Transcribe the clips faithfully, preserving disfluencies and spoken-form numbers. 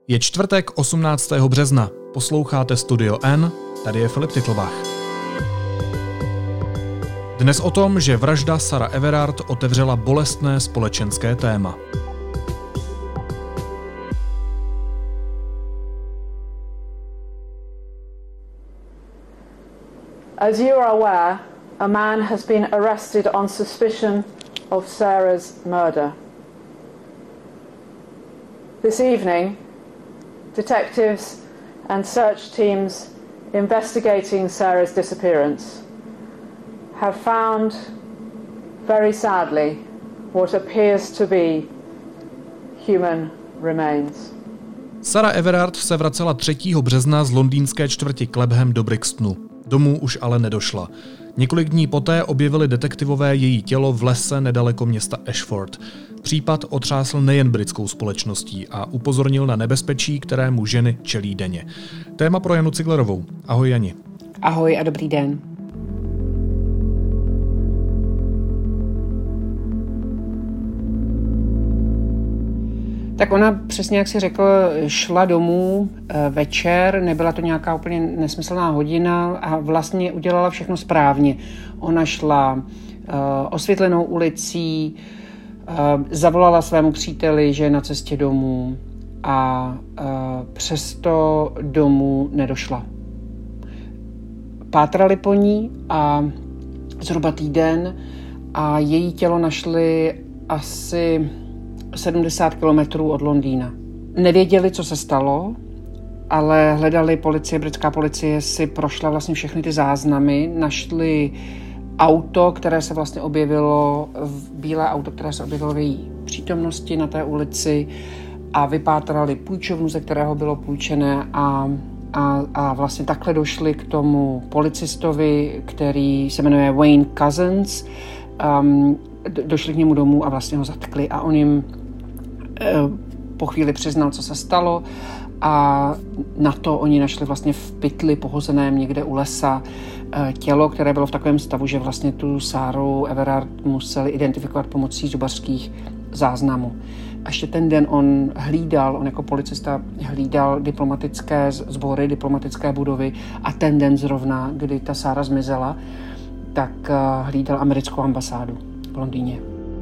Je čtvrtek osmnáctého března. Posloucháte Studio N, tady je Filip Titlbach. Dnes o tom, že vražda Sarah Everard otevřela bolestné společenské téma. As you are aware, a man has been arrested on suspicion of Sarah's murder. This evening, detectives and search teams investigating Sarah's disappearance have found, very sadly, what appears to be human remains. Sarah Everard se vracela třetího března z londýnské čtvrti Clapham do Brixtonu. Domů už ale nedošla. Několik dní poté objevili detektivové její tělo v lese nedaleko města Ashford. Případ otřásl nejen britskou společností a upozornil na nebezpečí, kterému ženy čelí denně. Téma pro Janu Ciglerovou. Ahoj Jani. Ahoj a dobrý den. Tak ona, přesně jak si řekl, šla domů večer, nebyla to nějaká úplně nesmyslná hodina a vlastně udělala všechno správně. Ona šla uh, osvětlenou ulicí, uh, zavolala svému příteli, že je na cestě domů a uh, přesto domů nedošla. Pátrali po ní a zhruba týden a její tělo našli asi sedmdesát kilometrů od Londýna. Nevěděli, co se stalo, ale hledali policie, britská policie si prošla vlastně všechny ty záznamy, našli auto, které se vlastně objevilo, bílé auto, které se objevilo v její přítomnosti na té ulici a vypátrali půjčovnu, ze kterého bylo půjčené a, a, a vlastně takhle došli k tomu policistovi, který se jmenuje Wayne Couzens. Um, došli k němu domů a vlastně ho zatkli a on jim po chvíli přiznal, co se stalo a na to oni našli vlastně v pytli pohozeném někde u lesa tělo, které bylo v takovém stavu, že vlastně tu Saru Everard museli identifikovat pomocí zubařských záznamů. A ještě ten den on hlídal, on jako policista hlídal diplomatické sbory, diplomatické budovy a ten den zrovna, kdy ta Sara zmizela, tak hlídal americkou ambasádu v Londýně.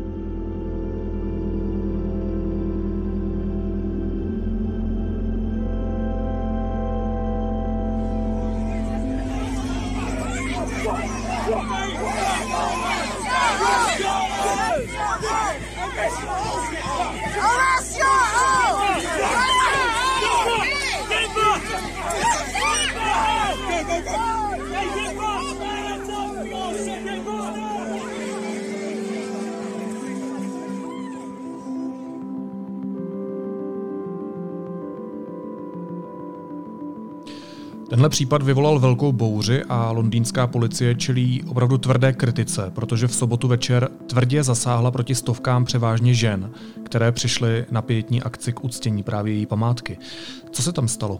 Tenhle případ vyvolal velkou bouři a londýnská policie čelí opravdu tvrdé kritice, protože v sobotu večer tvrdě zasáhla proti stovkám převážně žen, které přišly na pietní akci k uctění právě její památky. Co se tam stalo?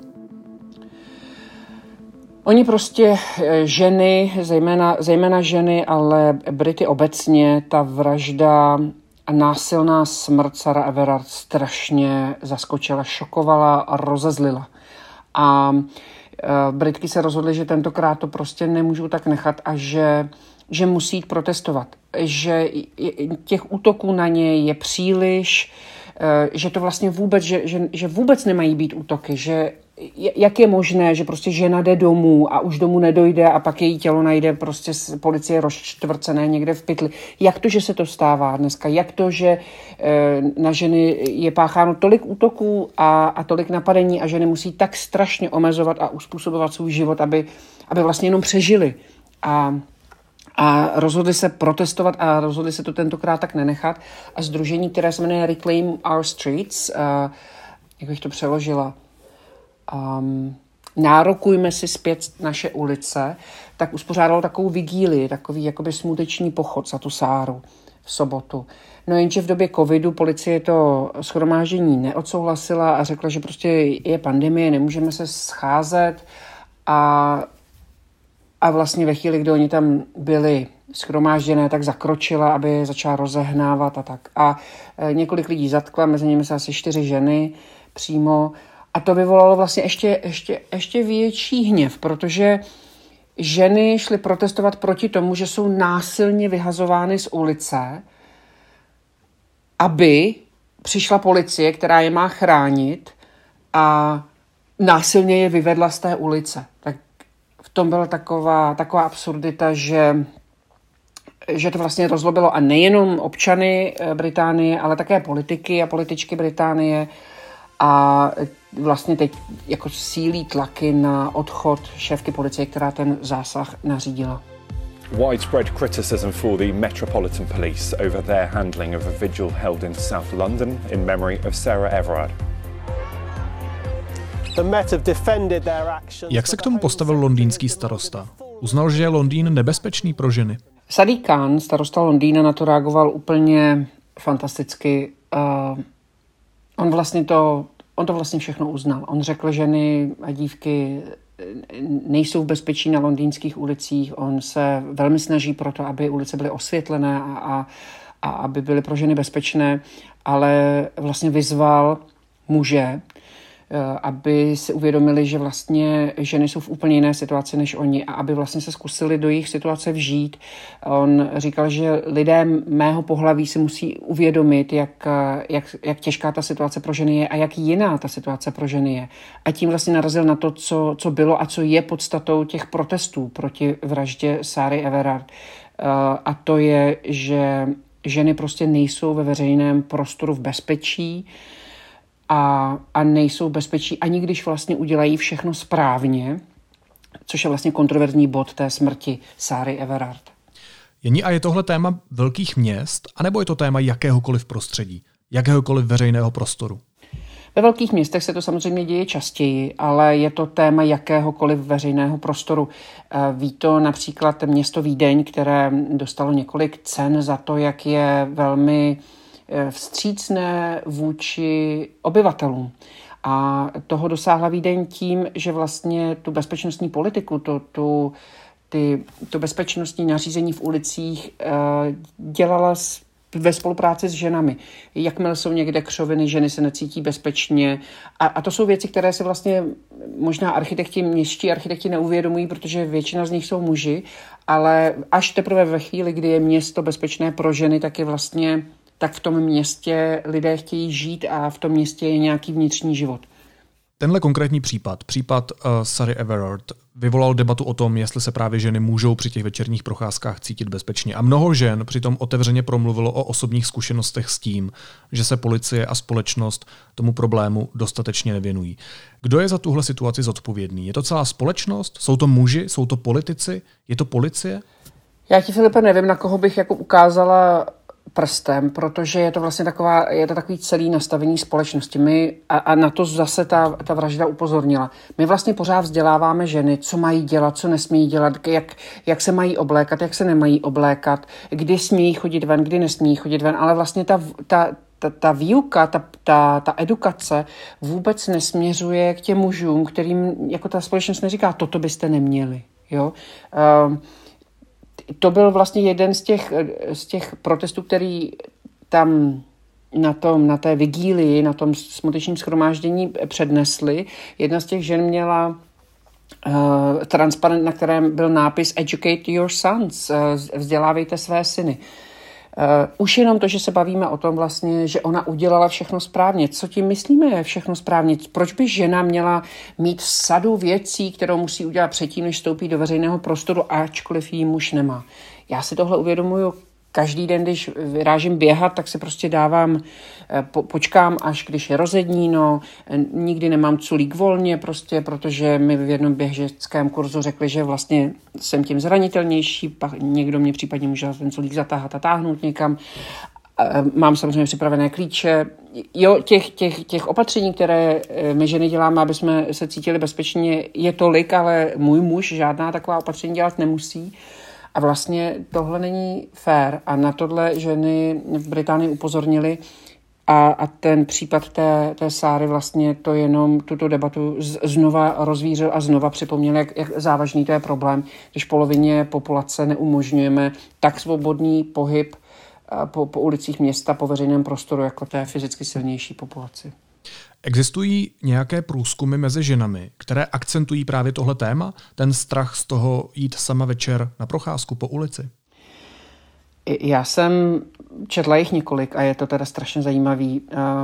Oni prostě ženy, zejména, zejména ženy, ale Brity obecně, ta vražda a násilná smrt Sarah Everard strašně zaskočila, šokovala a rozezlila. A Britky se rozhodly, že tentokrát to prostě nemůžou tak nechat a že, že musí jít protestovat. Že těch útoků na ně je příliš, že to vlastně vůbec, že, že, že vůbec nemají být útoky, že jak je možné, že prostě žena jde domů a už domů nedojde a pak její tělo najde prostě policie rozčtvrcené někde v pytli. Jak to, že se to stává dneska? Jak to, že na ženy je pácháno tolik útoků a, a tolik napadení a ženy musí tak strašně omezovat a uspůsobovat svůj život, aby, aby vlastně jenom přežili. A A rozhodli se protestovat a rozhodli se to tentokrát tak nenechat. A sdružení, které se jmenuje Reclaim Our Streets, uh, jak bych to přeložila, um, nárokujme si zpět naše ulice, tak uspořádalo takovou vigílii, takový jakoby smuteční pochod za tu Sáru v sobotu. No jenže v době covidu policie to shromáždění neodsouhlasila a řekla, že prostě je pandemie, nemůžeme se scházet a A vlastně ve chvíli, kdy oni tam byli shromážděné, tak zakročila, aby je začala rozehnávat a tak. A několik lidí zatkla, mezi nimi se asi čtyři ženy přímo A to vyvolalo vlastně ještě, ještě, ještě větší hněv, protože ženy šly protestovat proti tomu, že jsou násilně vyhazovány z ulice, aby přišla policie, která je má chránit a násilně je vyvedla z té ulice. Tak v tom byla taková, taková absurdita, že, že to vlastně rozlobilo a nejenom občany Británie, ale také politiky a političky Británie a vlastně teď jako sílí tlaky na odchod šéfky policie, která ten zásah nařídila. Widespread criticism for the Metropolitan Police over their handling of a vigil held in South London in memory of Sarah Everard. Jak se k tomu postavil londýnský starosta? Uznal, že je Londýn nebezpečný pro ženy? Sadiq Khan, starosta Londýna, na to reagoval úplně fantasticky. Uh, on vlastně to, on to vlastně všechno uznal. On řekl, že ženy a dívky nejsou v bezpečí na londýnských ulicích. On se velmi snaží pro to, aby ulice byly osvětlené a, a, a aby byly pro ženy bezpečné, ale vlastně vyzval muže, aby si uvědomili, že vlastně ženy jsou v úplně jiné situaci než oni a aby vlastně se zkusili do jejich situace vžít. On říkal, že lidé mého pohlaví si musí uvědomit, jak, jak, jak těžká ta situace pro ženy je a jak jiná ta situace pro ženy je. A tím vlastně narazil na to, co, co bylo a co je podstatou těch protestů proti vraždě Sary Everard. A to je, že ženy prostě nejsou ve veřejném prostoru v bezpečí, A, a nejsou bezpečí, ani když vlastně udělají všechno správně, což je vlastně kontroverzní bod té smrti Sary Everard. Jení, a je tohle téma velkých měst, anebo je to téma jakéhokoliv prostředí, jakéhokoliv veřejného prostoru? Ve velkých městech se to samozřejmě děje častěji, ale je to téma jakéhokoliv veřejného prostoru. Ví to například město Vídeň, které dostalo několik cen za to, jak je velmi vstřícné vůči obyvatelům. A toho dosáhla Vídeň tím, že vlastně tu bezpečnostní politiku, to, tu, ty, to bezpečnostní nařízení v ulicích dělala ve spolupráci s ženami. Jakmile jsou někde křoviny, ženy se necítí bezpečně. A, a to jsou věci, které si vlastně možná architekti, městští architekti neuvědomují, protože většina z nich jsou muži, ale až teprve ve chvíli, kdy je město bezpečné pro ženy, tak je vlastně tak v tom městě lidé chtějí žít a v tom městě je nějaký vnitřní život. Tenhle konkrétní případ, případ uh, Sary Everard, vyvolal debatu o tom, jestli se právě ženy můžou při těch večerních procházkách cítit bezpečně. A mnoho žen přitom otevřeně promluvilo o osobních zkušenostech s tím, že se policie a společnost tomu problému dostatečně nevěnují. Kdo je za tuhle situaci zodpovědný? Je to celá společnost? Jsou to muži? Jsou to politici? Je to policie? Já ti, Filipe, nevím, na koho bych jako ukázala prstem, protože je to vlastně taková, je to takový celý nastavení společnosti. My, a, a na to zase ta, ta vražda upozornila. My vlastně pořád vzděláváme ženy, co mají dělat, co nesmí dělat, jak, jak se mají oblékat, jak se nemají oblékat, kdy smějí chodit ven, kdy nesmějí chodit ven, ale vlastně ta, ta, ta, ta výuka, ta, ta, ta edukace vůbec nesměřuje k těm mužům, kterým jako ta společnost neříká, toto byste neměli. Jo? Um, To byl vlastně jeden z těch, z těch protestů, který tam na, tom, na té vigílii, na tom smutečním shromáždění přednesli. Jedna z těch žen měla uh, transparent, na kterém byl nápis Educate your sons, uh, vzdělávejte své syny. Uh, už jenom to, že se bavíme o tom vlastně, že ona udělala všechno správně. Co tím myslíme je všechno správně? Proč by žena měla mít sadu věcí, kterou musí udělat předtím, než vstoupí do veřejného prostoru, ačkoliv jí muž nemá? Já si tohle uvědomuju každý den, když vyrážím běhat, tak si prostě dávám, po, počkám, až když je rozedníno, nikdy nemám culík volně, prostě, protože mi v jednom běžeckém kurzu řekli, že vlastně jsem tím zranitelnější, pak někdo mě případně může ten culík zatáhat a táhnout někam. Mám samozřejmě připravené klíče. Jo, těch, těch, těch opatření, které my ženy děláme, aby jsme se cítili bezpečně, je tolik, ale můj muž žádná taková opatření dělat nemusí. A vlastně tohle není fér a na tohle ženy v Británii upozornily a, a ten případ té, té Sáry vlastně to jenom tuto debatu z, znova rozvířil a znova připomněl, jak, jak závažný to je problém, když polovině populace neumožňujeme tak svobodný pohyb po, po ulicích města, po veřejném prostoru, jako té fyzicky silnější populaci. Existují nějaké průzkumy mezi ženami, které akcentují právě tohle téma, ten strach z toho jít sama večer na procházku po ulici? Já jsem četla jich několik a je to teda strašně zajímavý.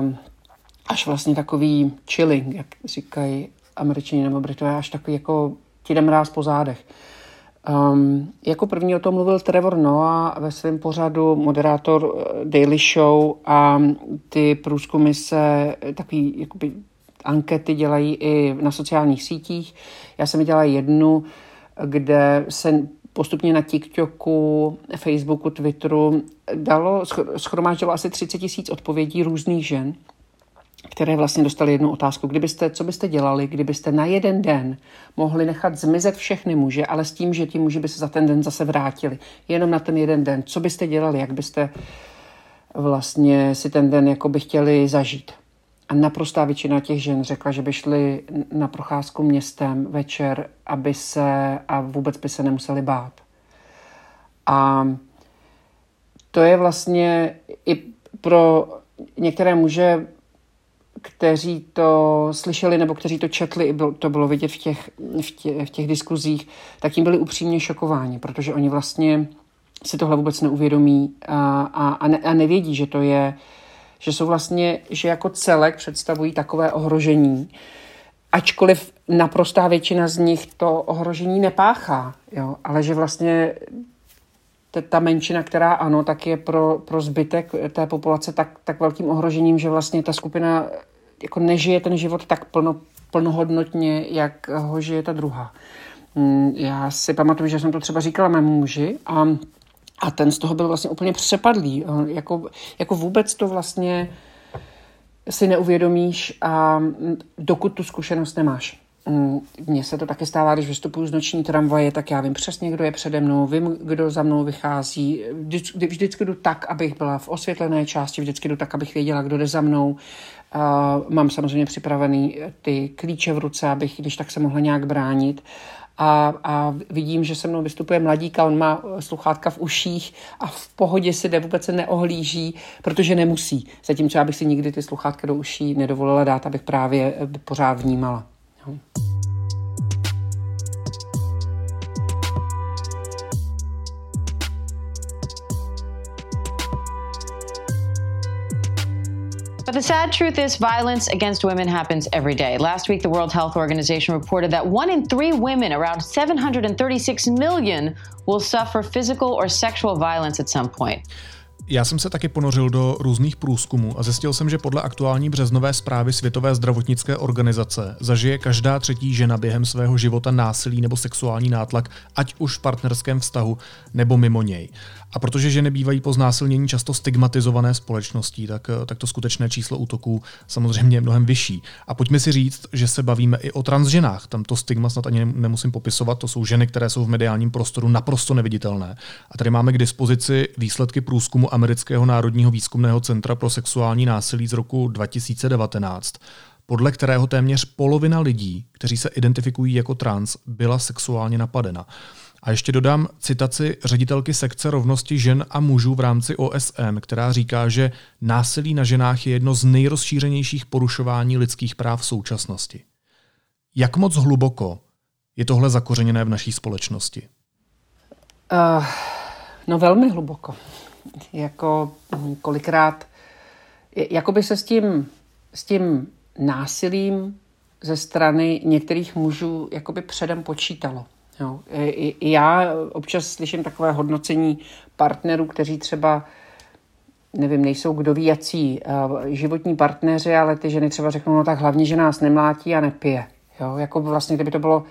Až vlastně takový chilling, jak říkají Američané nebo Britové, až takový jako ti jde mráz po zádech. Um, jako první o tom mluvil Trevor Noah ve svém pořadu, moderátor Daily Show, a ty průzkumy se, takový jakoby ankety dělají i na sociálních sítích. Já jsem dělala jednu, kde se postupně na TikToku, Facebooku, Twitteru dalo, shromáždilo asi třicet tisíc odpovědí různých žen, které vlastně dostaly jednu otázku. Kdybyste, co byste dělali, kdybyste na jeden den mohli nechat zmizet všechny muže, ale s tím, že ti muži by se za ten den zase vrátili. Jenom na ten jeden den. Co byste dělali, jak byste vlastně si ten den jako by chtěli zažít. A naprostá většina těch žen řekla, že by šli na procházku městem večer, aby se a vůbec by se nemuseli bát. A to je vlastně i pro některé muže, kteří to slyšeli nebo kteří to četli, to bylo vidět v těch, v těch, v těch diskuzích, tak jim byli upřímně šokováni, protože oni vlastně si tohle vůbec neuvědomí a, a, a, ne, a nevědí, že to je, že jsou vlastně, že jako celek představují takové ohrožení, ačkoliv naprostá většina z nich to ohrožení nepáchá, jo, ale že vlastně ta menšina, která ano, tak je pro, pro zbytek té populace tak, tak velkým ohrožením, že vlastně ta skupina jako nežije ten život tak plno, plnohodnotně, jak ho žije ta druhá. Já si pamatuju, že jsem to třeba říkala mému muži a, a ten z toho byl vlastně úplně přepadlý. Jako, jako vůbec to vlastně si neuvědomíš, a dokud tu zkušenost nemáš. Mně se to taky stává, když vystupuju z noční tramvaje, tak já vím přesně, kdo je přede mnou, vím, kdo za mnou vychází. Vždycky, vždycky jdu tak, abych byla v osvětlené části, vždycky jdu tak, abych věděla, kdo jde za mnou. Uh, mám samozřejmě připravený ty klíče v ruce, abych když tak se mohla nějak bránit. A, a vidím, že se mnou vystupuje mladík a on má sluchátka v uších a v pohodě si jde, vůbec se neohlíží, protože nemusí. Zatímco já bych si nikdy ty sluchátka do uší nedovolila dát, abych právě pořád vnímala. But the sad truth is violence against women happens every day. Last week, the World Health Organization reported that one in three women, around seven hundred thirty-six million, will suffer physical or sexual violence at some point. Já jsem se taky ponořil do různých průzkumů a zjistil jsem, že podle aktuální březnové zprávy Světové zdravotnické organizace zažije každá třetí žena během svého života násilí nebo sexuální nátlak, ať už v partnerském vztahu nebo mimo něj. A protože ženy bývají po znásilnění často stigmatizované společností, tak, tak to skutečné číslo útoků samozřejmě je mnohem vyšší. A pojďme si říct, že se bavíme i o transženách. Tam to stigma snad ani nemusím popisovat, to jsou ženy, které jsou v mediálním prostoru naprosto neviditelné. A tady máme k dispozici výsledky průzkumu Amerického národního výzkumného centra pro sexuální násilí z roku dva tisíce devatenáct, podle kterého téměř polovina lidí, kteří se identifikují jako trans, byla sexuálně napadena. A ještě dodám citaci ředitelky sekce rovnosti žen a mužů v rámci O S N, která říká, že násilí na ženách je jedno z nejrozšířenějších porušování lidských práv v současnosti. Jak moc hluboko je tohle zakořeněné v naší společnosti? Uh, no velmi hluboko. Jako kolikrát, jako by se s tím, s tím násilím ze strany některých mužů jakoby předem počítalo. Jo. I, I já občas slyším takové hodnocení partnerů, kteří třeba, nevím, nejsou kdo ví jací uh, životní partneři, ale ty ženy třeba řeknou, no tak hlavně, že nás nemlátí a nepije. Jo. Jako vlastně, kdyby to bylo,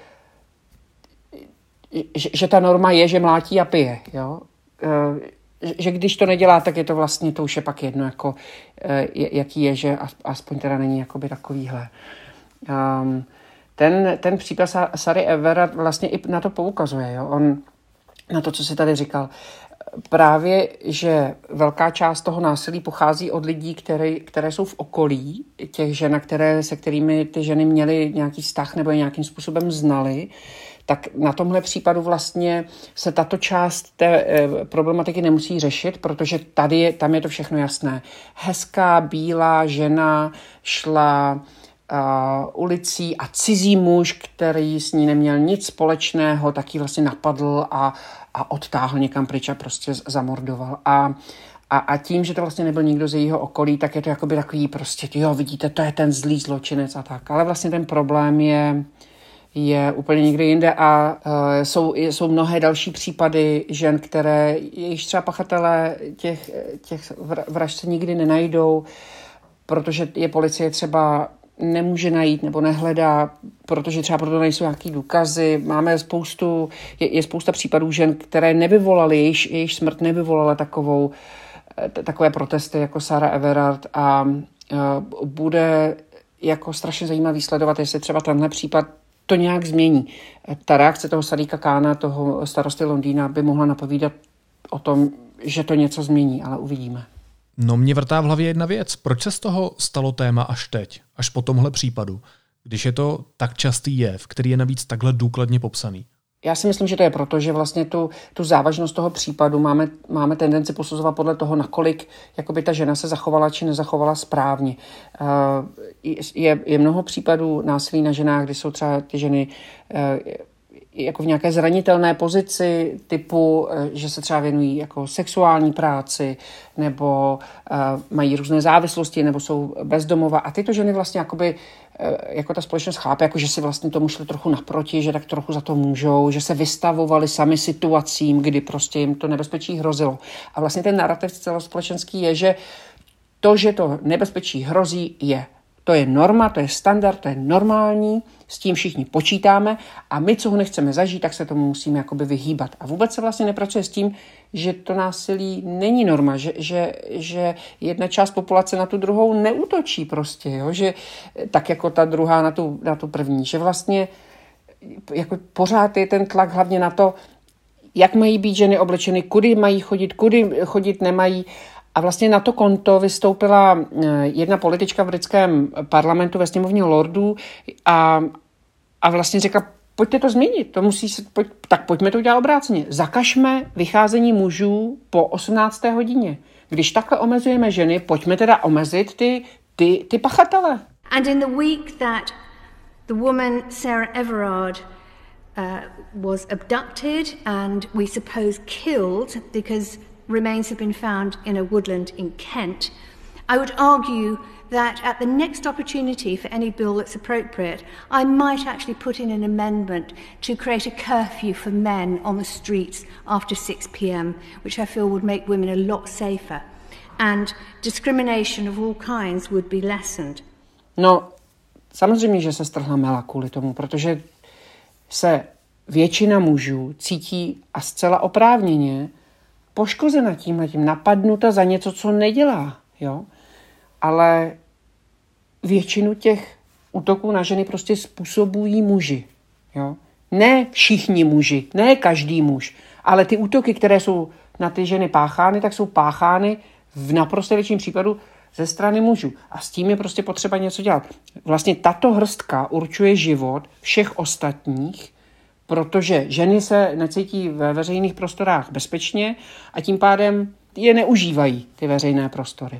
že, že ta norma je, že mlátí a pije. Jo. Uh, že když to nedělá, tak je to vlastně, to už je pak jedno, jako, uh, jaký je, že aspoň teda není jakoby takovýhle. Um, Ten, ten případ Sary Everard vlastně i na to poukazuje. Jo? On na to, co jsi tady říkal. Právě, že velká část toho násilí pochází od lidí, které, které jsou v okolí těch žen, které, se kterými ty ženy měly nějaký vztah nebo je nějakým způsobem znali, tak na tomhle případu vlastně se tato část té problematiky nemusí řešit, protože tady je, tam je to všechno jasné. Hezká, bílá žena šla Uh, ulicí a cizí muž, který s ní neměl nic společného, taky vlastně napadl a, a odtáhl někam pryč a prostě zamordoval. A, a, a tím, že to vlastně nebyl nikdo z jejího okolí, tak je to jakoby takový prostě, jo, vidíte, to je ten zlý zločinec a tak. Ale vlastně ten problém je, je úplně někde jinde a uh, jsou, jsou mnohé další případy žen, které jejich třeba pachatelé těch, těch vražd se nikdy nenajdou, protože je policie třeba nemůže najít nebo nehledá, protože třeba proto nejsou nějaký důkazy. Máme spoustu, je, je spousta případů žen, které nevyvolaly, jejíž, jejíž smrt nevyvolala takovou, t- takové protesty jako Sarah Everard a uh, bude jako strašně zajímavý sledovat, jestli třeba tenhle případ to nějak změní. Ta reakce toho Sadíka Kána, toho starosty Londýna, by mohla napovídat o tom, že to něco změní, ale uvidíme. No mě vrtá v hlavě jedna věc. Proč se z toho stalo téma až teď, až po tomhle případu, když je to tak častý jev, který je navíc takhle důkladně popsaný? Já si myslím, že to je proto, že vlastně tu, tu závažnost toho případu máme, máme tendenci posuzovat podle toho, nakolik jakoby ta žena se zachovala či nezachovala správně. Uh, je, je mnoho případů násilí na ženách, kdy jsou třeba ty ženy uh, jako v nějaké zranitelné pozici typu, že se třeba věnují jako sexuální práci nebo uh, mají různé závislosti nebo jsou bezdomova a tyto ženy vlastně jakoby, uh, jako ta společnost chápe, jako že si vlastně tomu šli trochu naproti, že tak trochu za to můžou, že se vystavovali sami situacím, kdy prostě jim to nebezpečí hrozilo. A vlastně ten narrativ celospolečenský je, že to, že to nebezpečí hrozí, je. To je norma, to je standard, to je normální, s tím všichni počítáme a my, co ho nechceme zažít, tak se tomu musíme jakoby vyhýbat. A vůbec se vlastně nepracuje s tím, že to násilí není norma, že, že, že jedna část populace na tu druhou neútočí prostě, jo? Že tak jako ta druhá na tu, na tu první, že vlastně jako pořád je ten tlak hlavně na to, jak mají být ženy oblečeny, kudy mají chodit, kudy chodit nemají. A vlastně na to konto vystoupila jedna politička v britském parlamentu ve sněmovně lordů a, a vlastně řekla, pojďte to změnit, to musí se, pojď, tak pojďme to udělat obráceně. Zakažme vycházení mužů po osmnácté hodině. Když takhle omezujeme ženy, pojďme teda omezit ty, ty, ty pachatele. And in the week that the woman Sarah Everard uh, was abducted and we suppose killed because remains have been found in a woodland in Kent, I would argue that at the next opportunity for any bill that's appropriate, I might actually put in an amendment to create a curfew for men on the streets after six p.m, which I feel would make women a lot safer. And discrimination of all kinds would be lessened. No, samozřejmě, že se strhla Mela kvůli tomu, protože se většina mužů cítí a zcela oprávněně poškozena tímhletím, napadnuta za něco, co nedělá, jo. Ale většinu těch útoků na ženy prostě způsobují muži, jo. Ne všichni muži, ne každý muž, ale ty útoky, které jsou na ty ženy páchány, tak jsou páchány v naprosto větším případu ze strany mužů. A s tím je prostě potřeba něco dělat. Vlastně tato hrstka určuje život všech ostatních, protože ženy se necítí ve veřejných prostorách bezpečně a tím pádem je neužívají ty veřejné prostory.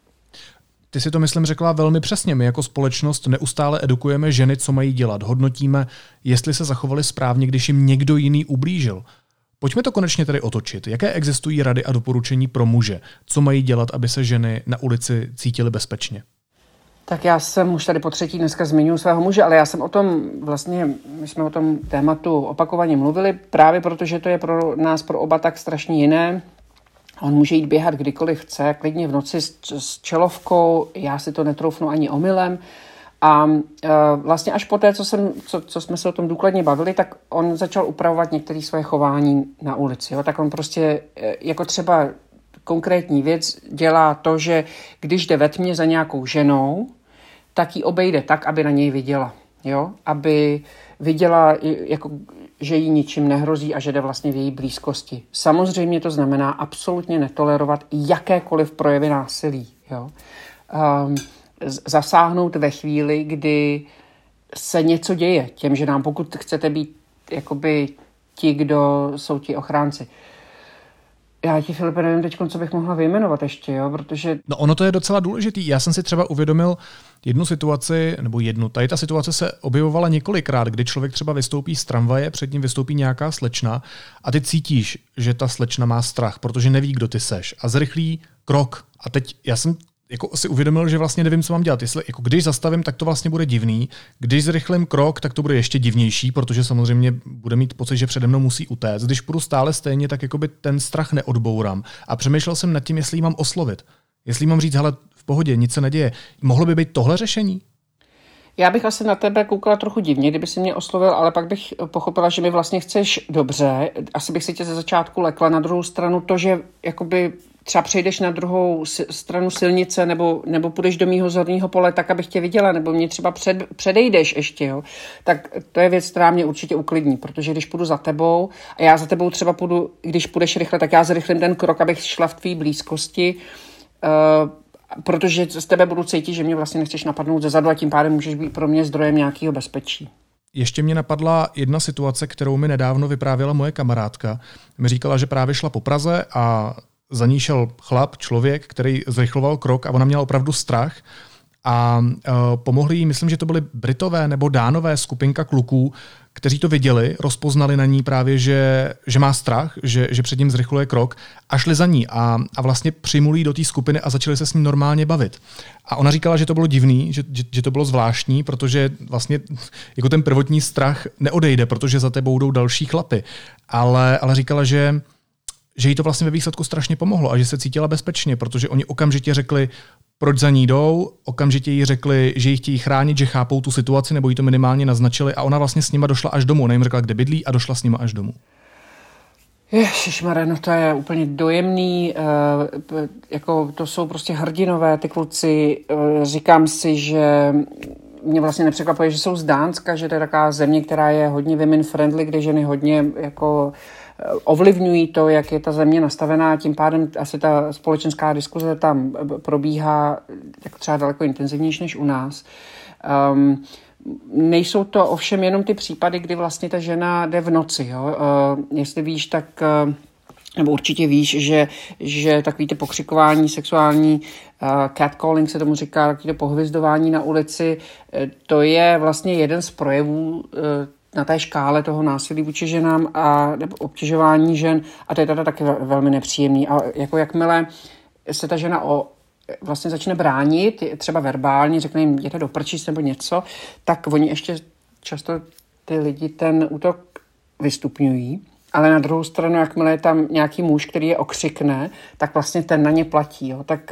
Ty si to, myslím, řekla velmi přesně. My jako společnost neustále edukujeme ženy, co mají dělat. Hodnotíme, jestli se zachovali správně, když jim někdo jiný ublížil. Pojďme to konečně tedy otočit. Jaké existují rady a doporučení pro muže? Co mají dělat, aby se ženy na ulici cítily bezpečně? Tak já jsem už tady po třetí dneska zmiňuji svého muže, ale já jsem o tom vlastně, my jsme o tom tématu opakovaně mluvili, právě protože to je pro nás, pro oba tak strašně jiné. On může jít běhat kdykoliv chce, klidně v noci s, s čelovkou, já si to netroufnu ani omylem. A uh, vlastně až poté, co, jsem, co, co jsme se o tom důkladně bavili, tak on začal upravovat některé svoje chování na ulici. Jo? Tak on prostě jako třeba konkrétní věc dělá to, že když jde ve tmě za nějakou ženou, tak ji obejde tak, aby na něj viděla. Jo? Aby viděla, jako, že jí ničím nehrozí a že jde vlastně v její blízkosti. Samozřejmě to znamená absolutně netolerovat jakékoliv projevy násilí. Jo? Um, zasáhnout ve chvíli, kdy se něco děje těm ženám. Pokud chcete být jakoby ti, kdo jsou ti ochránci. Já ti, Filipe, nevím teď, co bych mohla vyjmenovat ještě, jo, protože... No ono to je docela důležitý. Já jsem si třeba uvědomil jednu situaci, nebo jednu, tady ta situace se objevovala několikrát, kdy člověk třeba vystoupí z tramvaje, před ním vystoupí nějaká slečna a ty cítíš, že ta slečna má strach, protože neví, kdo ty seš a zrychlí krok. A teď já jsem jako si uvědomil, že vlastně nevím, co mám dělat. Jestli, jako když zastavím, tak to vlastně bude divný. Když zrychlím krok, tak to bude ještě divnější, protože samozřejmě bude mít pocit, že přede mnou musí utéct. Když půjdu stále stejně, tak jakoby ten strach neodbourám. A přemýšlel jsem nad tím, jestli jí mám oslovit. Jestli jí mám říct, hele, v pohodě, nic se neděje. Mohlo by být tohle řešení? Já bych asi na tebe koukala trochu divně, kdyby si mě oslovil, ale pak bych pochopila, že mi vlastně chceš dobře. Asi bych si tě ze začátku lekla. Na druhou stranu to, že jakoby třeba přejdeš na druhou stranu silnice nebo, nebo půjdeš do mýho zorného pole tak, abych tě viděla, nebo mě třeba před, předejdeš ještě, jo, tak to je věc, která mě určitě uklidní, protože když půjdu za tebou a já za tebou třeba půjdu, když půjdeš rychle, tak já zrychlím ten krok, abych šla v tvý blízkosti, uh, protože z tebe budu cítit, že mě vlastně nechceš napadnout zezadu a tím pádem můžeš být pro mě zdrojem nějakého bezpečí. Ještě mě napadla jedna situace, kterou mi nedávno vyprávěla moje kamarádka. Mi říkala, že právě šla po Praze a za ní šel chlap, člověk, který zrychloval krok a ona měla opravdu strach a uh, pomohli jí, myslím, že to byly Britové nebo Dánové, skupinka kluků, kteří to viděli, rozpoznali na ní právě, že, že má strach, že, že před ním zrychluje krok a šli za ní a, a vlastně přijmuli do té skupiny a začali se s ním normálně bavit. A ona říkala, že to bylo divný, že, že, že to bylo zvláštní, protože vlastně jako ten prvotní strach neodejde, protože za tebou jdou další chlapy. Ale, ale říkala, že že jí to vlastně ve výsledku strašně pomohlo a že se cítila bezpečně, protože oni okamžitě řekli, proč za ní jdou, okamžitě jí řekli, že ji chtějí chránit, že chápou tu situaci, nebo jí to minimálně naznačili a ona vlastně s nima došla až domů. Ona jim řekla, kde bydlí a došla s nima až domů. Ježišmarja, no to je úplně dojemný, uh, jako to jsou prostě hrdinové ty kluci. Uh, říkám si, že mě vlastně nepřekvapuje, že jsou z Dánska, že to je taková země, která je hodně women friendly, kde ženy hodně jako ovlivňují to, jak je ta země nastavená, tím pádem asi ta společenská diskuze tam probíhá jako třeba daleko intenzivnější než u nás. Um, nejsou to ovšem jenom ty případy, kdy vlastně ta žena jde v noci. Jo? Uh, jestli víš, tak uh, nebo určitě víš, že, že takový ty pokřikování, sexuální uh, catcalling se tomu říká, takový to pohvizdování na ulici, to je vlastně jeden z projevů uh, na té škále toho násilí vůči ženám a nebo obtěžování žen a to je teda taky velmi nepříjemný. A jako jakmile se ta žena o, vlastně začne bránit, třeba verbálně, řekne jim jděte do prčíc nebo něco, tak oni ještě často ty lidi ten útok vystupňují. Ale na druhou stranu, jakmile je tam nějaký muž, který je okřikne, tak vlastně ten na ně platí. Jo. Tak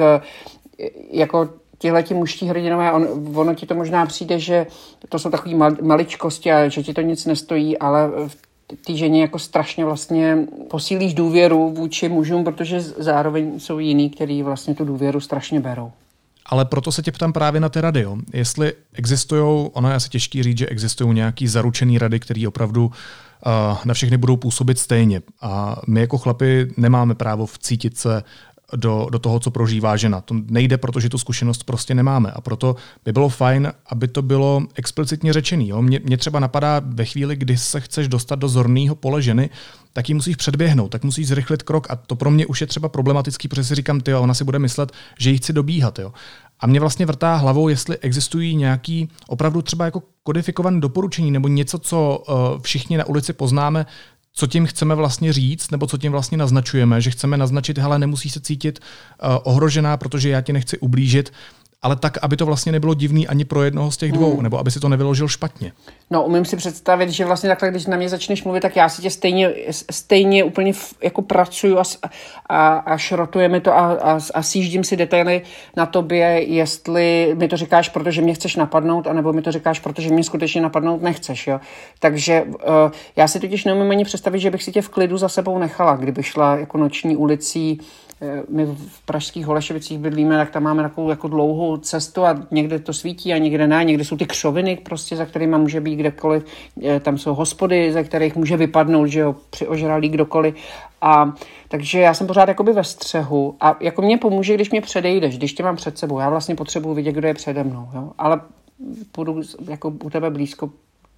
jako tihleti mužští hrdinové, on, ono ti to možná přijde, že to jsou takové mal, maličkosti a že ti to nic nestojí, ale v té ženě jako strašně vlastně posílíš důvěru vůči mužům, protože zároveň jsou jiní, kteří vlastně tu důvěru strašně berou. Ale proto se tě ptám právě na ty rady. Jo. Jestli existují, ono je asi těžký říct, že existují nějaký zaručený rady, které opravdu uh, na všechny budou působit stejně. A my jako chlapi nemáme právo vcítit se Do, do toho, co prožívá žena. To nejde, protože tu zkušenost prostě nemáme. A proto by bylo fajn, aby to bylo explicitně řečený. Jo? Mě, mě třeba napadá ve chvíli, kdy se chceš dostat do zorného pole ženy, tak ji musíš předběhnout, tak musíš zrychlit krok. A to pro mě už je třeba problematický, protože si říkám, tyjo, ona si bude myslet, že ji chci dobíhat. Jo? A mě vlastně vrtá hlavou, jestli existují nějaký opravdu třeba jako kodifikované doporučení nebo něco, co uh, všichni na ulici poznáme, co tím chceme vlastně říct, nebo co tím vlastně naznačujeme, že chceme naznačit, hele, nemusíš se cítit uh, ohrožená, protože já ti nechci ublížit, ale tak, aby to vlastně nebylo divný ani pro jednoho z těch dvou, hmm. nebo aby si to nevyložil špatně. No, umím si představit, že vlastně takhle, když na mě začneš mluvit, tak já si tě stejně, stejně úplně f, jako pracuju a, a, a šrotujeme to a, a, a sjíždím si detaily na tobě, jestli mi to říkáš, protože mě chceš napadnout, anebo mi to říkáš, protože mě skutečně napadnout nechceš. Jo? Takže uh, já si totiž neumím ani představit, že bych si tě v klidu za sebou nechala, kdyby šla jako noční ulicí. My v pražských Holešovicích bydlíme, tak tam máme takovou jako dlouhou cestu a někde to svítí a někde ne, někde jsou ty křoviny, prostě, za kterými může být kdekoliv, tam jsou hospody, za kterých může vypadnout, že jo, přiožralý kdokoliv. A takže já jsem pořád jakoby ve střehu a jako mě pomůže, když mě předejdeš, když tě mám před sebou. Já vlastně potřebuji vidět, kdo je přede mnou, jo? Ale půjdu jako u tebe blízko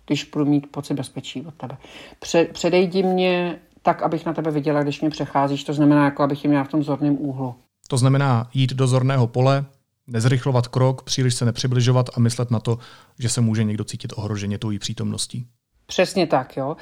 když budu mít pocit bezpečí od tebe. Pře- předejdi mě tak, abych na tebe viděla, když mě přecházíš, to znamená, jako abych je měla v tom zorném úhlu. To znamená jít do zorného pole, nezrychlovat krok, příliš se nepřibližovat a myslet na to, že se může někdo cítit ohroženě tvojí přítomností. Přesně tak, jo.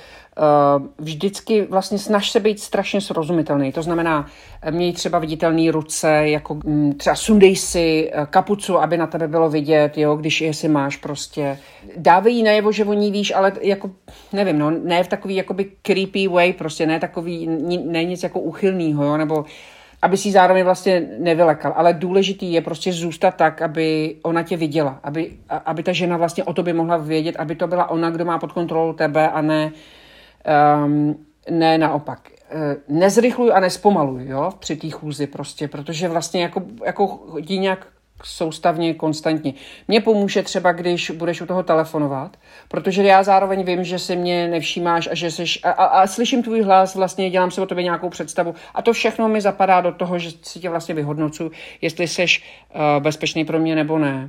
Vždycky vlastně snaž se být strašně srozumitelný. To znamená, měj třeba viditelné ruce, jako třeba sundej si kapucu, aby na tebe bylo vidět, jo, když jestli máš prostě. Dávej jí najevo, že o ní víš, ale jako, nevím, no, ne v takový jakoby creepy way, prostě ne takový, ne nic jako uchylnýho, jo, nebo aby si zároveň vlastně nevylekal. Ale důležitý je prostě zůstat tak, aby ona tě viděla. Aby, aby ta žena vlastně o tobě mohla vědět, aby to byla ona, kdo má pod kontrolou tebe a ne, um, ne naopak. Uh, nezrychluj a nespomaluj, jo, při té chůzi prostě, protože vlastně jako, jako chodí nějak soustavně, konstantně. Mně pomůže třeba, když budeš u toho telefonovat, protože já zároveň vím, že si mě nevšímáš a že seš, a, a, a slyším tvůj hlas, vlastně dělám si o tobě nějakou představu a to všechno mi zapadá do toho, že si tě vlastně vyhodnocuji, jestli seš uh, bezpečný pro mě nebo ne.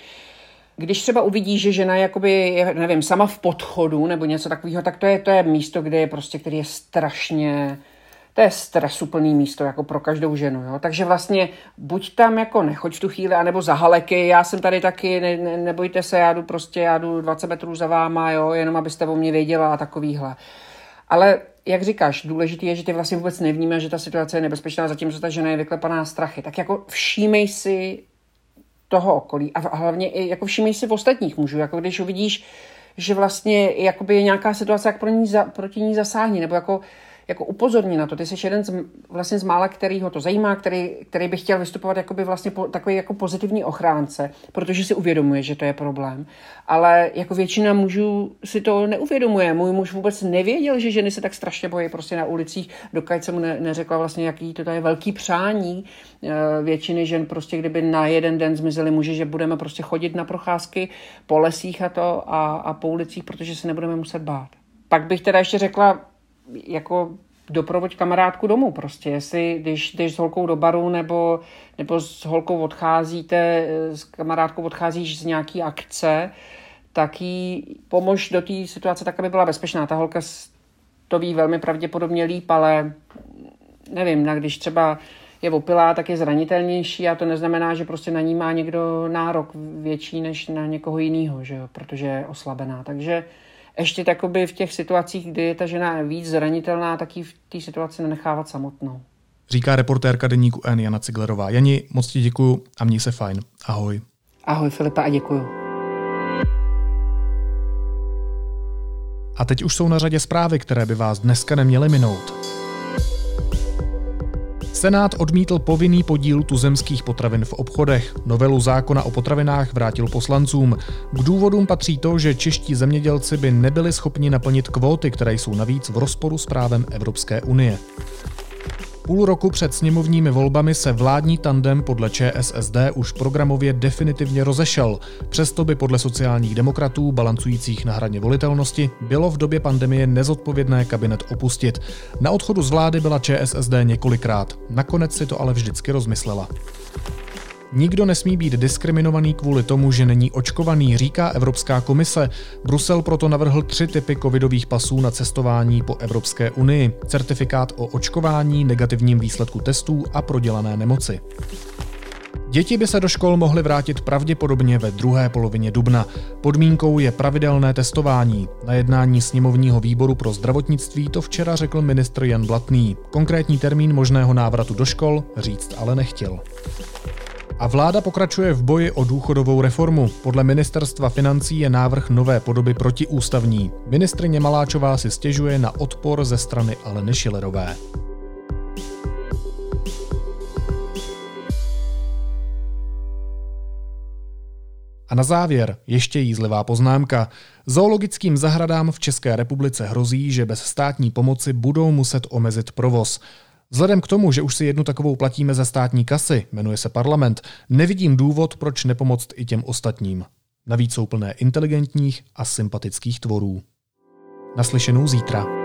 Když třeba uvidíš, že žena je, jakoby, nevím, sama v podchodu nebo něco takového, tak to je, to je místo, kde je prostě, který je strašně to je stresuplný místo jako pro každou ženu. Jo? Takže vlastně buď tam jako nechoď v tu chvíli, anebo za haleky, já jsem tady taky, ne, ne, nebojte se, já jdu prostě, já jdu dvacet metrů za váma, jo? Jenom abyste o mě věděla a takovýhle. Ale jak říkáš, důležité je, že ty vlastně vůbec nevnímáš, že ta situace je nebezpečná, zatímco ta žena je vyklepaná strachy. Tak jako všímej si toho okolí a hlavně i jako všímej si v ostatních mužů, jako když uvidíš, že vlastně jakoby je nějaká situace, jak pro ní za, proti ní zasáhni, nebo jako jako upozorní na to. Ty jsi jeden z, vlastně z mála, který ho to zajímá, který, který by chtěl vystupovat jakoby vlastně po, takový jako pozitivní ochránce, protože si uvědomuje, že to je problém. Ale jako většina mužů si to neuvědomuje. Můj muž vůbec nevěděl, že ženy se tak strašně bojí prostě na ulicích, dokud jsem mu ne, neřekla vlastně, jaký to je velký přání většiny žen, prostě kdyby na jeden den zmizeli muži, že budeme prostě chodit na procházky po lesích a to a, a po ulicích, protože se nebudeme muset bát. Pak bych teda ještě řekla, jako doprovoď kamarádku domů prostě, jestli když jdeš s holkou do baru nebo, nebo s holkou odcházíte, s kamarádkou odcházíš z nějaký akce, tak jí pomož do té situace tak, aby byla bezpečná. Ta holka to ví velmi pravděpodobně líp, ale nevím, na když třeba je opilá, tak je zranitelnější a to neznamená, že prostě na ní má někdo nárok větší než na někoho jiného, že jo, protože je oslabená. Takže ještě takoby v těch situacích, kdy je ta žena víc zranitelná, tak ji v té situaci nenechávat samotnou. Říká reportérka deníku N Jana Ciglerová. Jani, moc ti děkuju a měj se fajn. Ahoj. Ahoj Filipa a děkuju. A teď už jsou na řadě zprávy, které by vás dneska neměly minout. Senát odmítl povinný podíl tuzemských potravin v obchodech. Novelu zákona o potravinách vrátil poslancům. K důvodům patří to, že čeští zemědělci by nebyli schopni naplnit kvóty, které jsou navíc v rozporu s právem Evropské unie. Půl roku před sněmovními volbami se vládní tandem podle ČSSD už programově definitivně rozešel. Přesto by podle sociálních demokratů, balancujících na hraně volitelnosti, bylo v době pandemie nezodpovědné kabinet opustit. Na odchodu z vlády byla ČSSD několikrát. Nakonec si to ale vždycky rozmyslela. Nikdo nesmí být diskriminovaný kvůli tomu, že není očkovaný, říká Evropská komise. Brusel proto navrhl tři typy covidových pasů na cestování po Evropské unii. Certifikát o očkování, negativním výsledku testů a prodělané nemoci. Děti by se do škol mohly vrátit pravděpodobně ve druhé polovině dubna. Podmínkou je pravidelné testování. Na jednání sněmovního výboru pro zdravotnictví to včera řekl ministr Jan Blatný. Konkrétní termín možného návratu do škol říct ale nechtěl. A vláda pokračuje v boji o důchodovou reformu. Podle ministerstva financí je návrh nové podoby protiústavní. Ministryně Maláčová si stěžuje na odpor ze strany Aleny Schillerové. A na závěr ještě jízlivá poznámka. Zoologickým zahradám v České republice hrozí, že bez státní pomoci budou muset omezit provoz. Vzhledem k tomu, že už si jednu takovou platíme ze státní kasy, jmenuje se Parlament, nevidím důvod, proč nepomoct i těm ostatním. Navíc jsou plné inteligentních a sympatických tvorů. Naslyšenou zítra.